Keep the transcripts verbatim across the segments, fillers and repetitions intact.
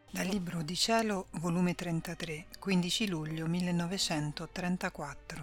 Dal Libro di Cielo, volume trentatré, quindici luglio millenovecentotrentaquattro.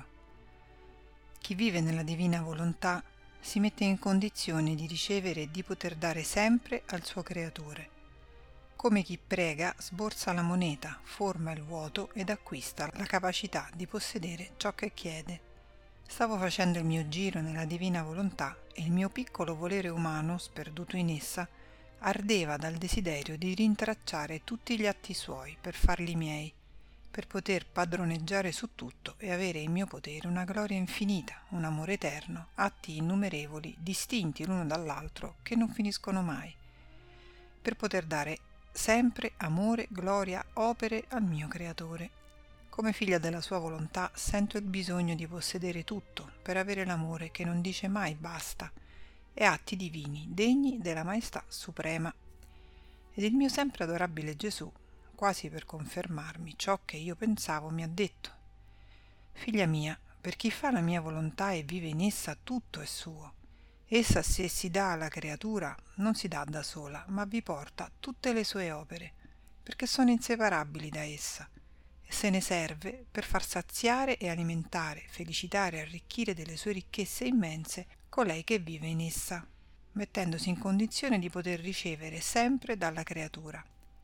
Chi vive nella divina volontà si mette in condizione di ricevere e di poter dare sempre al suo creatore. Come chi prega sborsa la moneta, forma il vuoto ed acquista la capacità di possedere ciò che chiede. Stavo facendo il mio giro nella divina volontà e il mio piccolo volere umano, sperduto in essa, ardeva dal desiderio di rintracciare tutti gli atti suoi per farli miei, per poter padroneggiare su tutto e avere in mio potere una gloria infinita, un amore eterno, atti innumerevoli, distinti l'uno dall'altro, che non finiscono mai, per poter dare sempre amore, gloria, opere al mio creatore. Come figlia della sua volontà sento il bisogno di possedere tutto per avere l'amore che non dice mai basta e atti divini degni della maestà suprema. Ed il mio sempre adorabile Gesù, quasi per confermarmi ciò che io pensavo, mi ha detto: figlia mia, per chi fa la mia volontà e vive in essa, tutto è suo. Essa, se si dà alla creatura, non si dà da sola, ma vi porta tutte le sue opere, perché sono inseparabili da essa, e se ne serve per far saziare e alimentare, felicitare e arricchire delle sue ricchezze immense colei che vive in essa, mettendosi in condizione di poter ricevere sempre dalla creatura.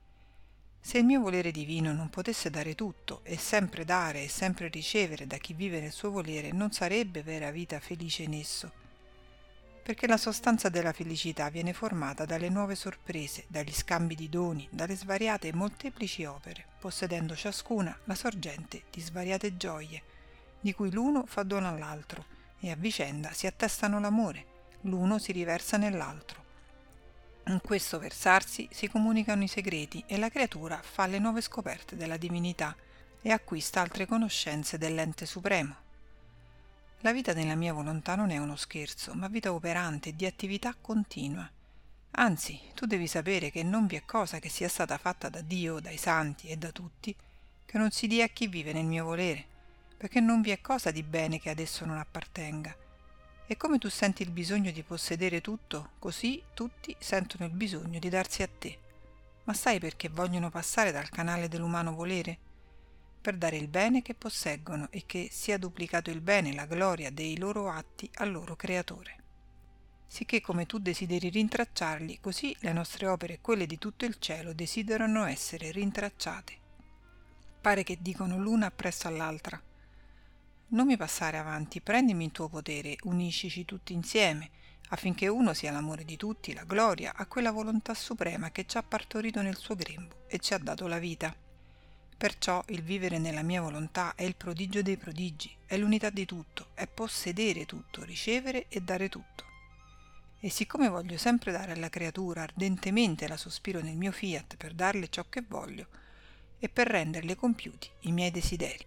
Se il mio volere divino non potesse dare tutto e sempre dare e sempre ricevere da chi vive nel suo volere, non sarebbe vera vita felice in esso, perché la sostanza della felicità viene formata dalle nuove sorprese, dagli scambi di doni, dalle svariate e molteplici opere, possedendo ciascuna la sorgente di svariate gioie, di cui l'uno fa dono all'altro, e a vicenda si attestano l'amore, l'uno si riversa nell'altro. In questo versarsi si comunicano i segreti e la creatura fa le nuove scoperte della divinità e acquista altre conoscenze dell'ente supremo. La vita nella mia volontà non è uno scherzo, ma vita operante e di attività continua. Anzi, tu devi sapere che non vi è cosa che sia stata fatta da Dio, dai santi e da tutti, che non si dia a chi vive nel mio volere, perché non vi è cosa di bene che ad esso non appartenga. E come tu senti il bisogno di possedere tutto, così tutti sentono il bisogno di darsi a te. Ma sai perché vogliono passare dal canale dell'umano volere? Per dare il bene che posseggono e che sia duplicato il bene e la gloria dei loro atti al loro creatore. Sicché come tu desideri rintracciarli, così le nostre opere e quelle di tutto il cielo desiderano essere rintracciate. Pare che dicono l'una appresso all'altra: non mi passare avanti, prendimi in tuo potere, uniscici tutti insieme, affinché uno sia l'amore di tutti, la gloria a quella volontà suprema che ci ha partorito nel suo grembo e ci ha dato la vita. Perciò il vivere nella mia volontà è il prodigio dei prodigi, è l'unità di tutto, è possedere tutto, ricevere e dare tutto. E siccome voglio sempre dare alla creatura ardentemente la sospiro nel mio fiat per darle ciò che voglio e per renderle compiuti i miei desideri.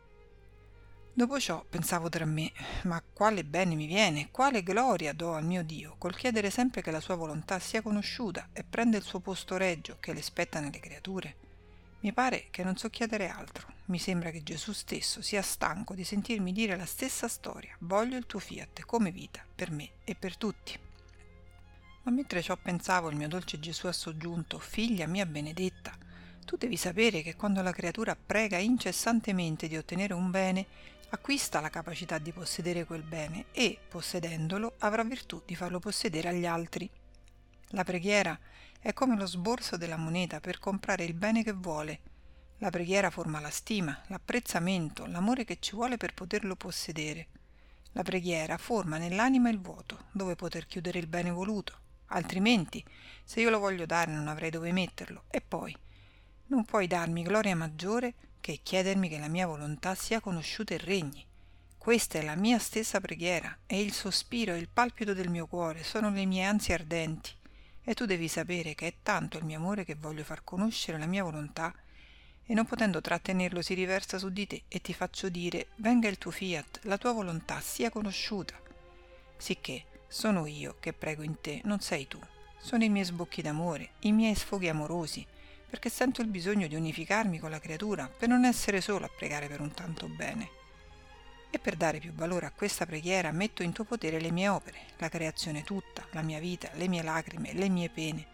Dopo ciò pensavo tra me: ma quale bene mi viene, quale gloria do al mio Dio col chiedere sempre che la sua volontà sia conosciuta e prenda il suo posto regio che le spetta nelle creature? Mi pare che non so chiedere altro. Mi sembra che Gesù stesso sia stanco di sentirmi dire la stessa storia: voglio il tuo fiat come vita per me e per tutti. Ma mentre ciò pensavo, il mio dolce Gesù ha soggiunto: figlia mia benedetta, tu devi sapere che quando la creatura prega incessantemente di ottenere un bene, acquista la capacità di possedere quel bene e, possedendolo, avrà virtù di farlo possedere agli altri. La preghiera è come lo sborso della moneta per comprare il bene che vuole. La preghiera forma la stima, l'apprezzamento, l'amore che ci vuole per poterlo possedere. La preghiera forma nell'anima il vuoto, dove poter chiudere il bene voluto. Altrimenti, se io lo voglio dare, non avrei dove metterlo. E poi, non puoi darmi gloria maggiore che chiedermi che la mia volontà sia conosciuta e regni. Questa è la mia stessa preghiera, è il sospiro e il palpito del mio cuore, sono le mie ansie ardenti. E tu devi sapere che è tanto il mio amore che voglio far conoscere la mia volontà, e non potendo trattenerlo si riversa su di te, e ti faccio dire: venga il tuo fiat, la tua volontà sia conosciuta. Sicché sono io che prego in te, non sei tu. Sono i miei sbocchi d'amore, i miei sfoghi amorosi, perché sento il bisogno di unificarmi con la creatura per non essere solo a pregare per un tanto bene. E per dare più valore a questa preghiera metto in tuo potere le mie opere, la creazione tutta, la mia vita, le mie lacrime, le mie pene,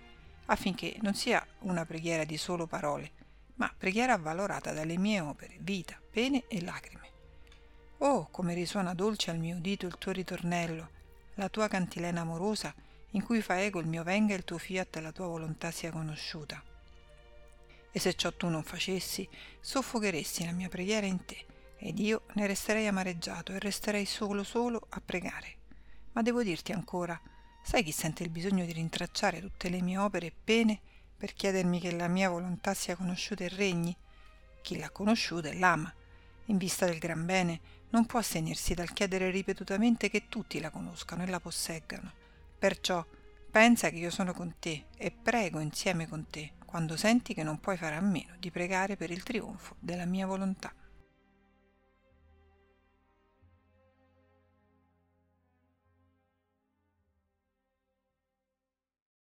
affinché non sia una preghiera di solo parole, ma preghiera avvalorata dalle mie opere, vita, pene e lacrime. Oh, come risuona dolce al mio udito il tuo ritornello, la tua cantilena amorosa, in cui fa eco il mio venga il tuo fiat e la tua volontà sia conosciuta. E se ciò tu non facessi, soffocheresti la mia preghiera in te, ed io ne resterei amareggiato e resterei solo solo a pregare. Ma devo dirti ancora, sai chi sente il bisogno di rintracciare tutte le mie opere e pene per chiedermi che la mia volontà sia conosciuta e regni? Chi l'ha conosciuta e l'ama. In vista del gran bene non può astenersi dal chiedere ripetutamente che tutti la conoscano e la posseggano. Perciò pensa che io sono con te e prego insieme con te quando senti che non puoi fare a meno di pregare per il trionfo della mia volontà.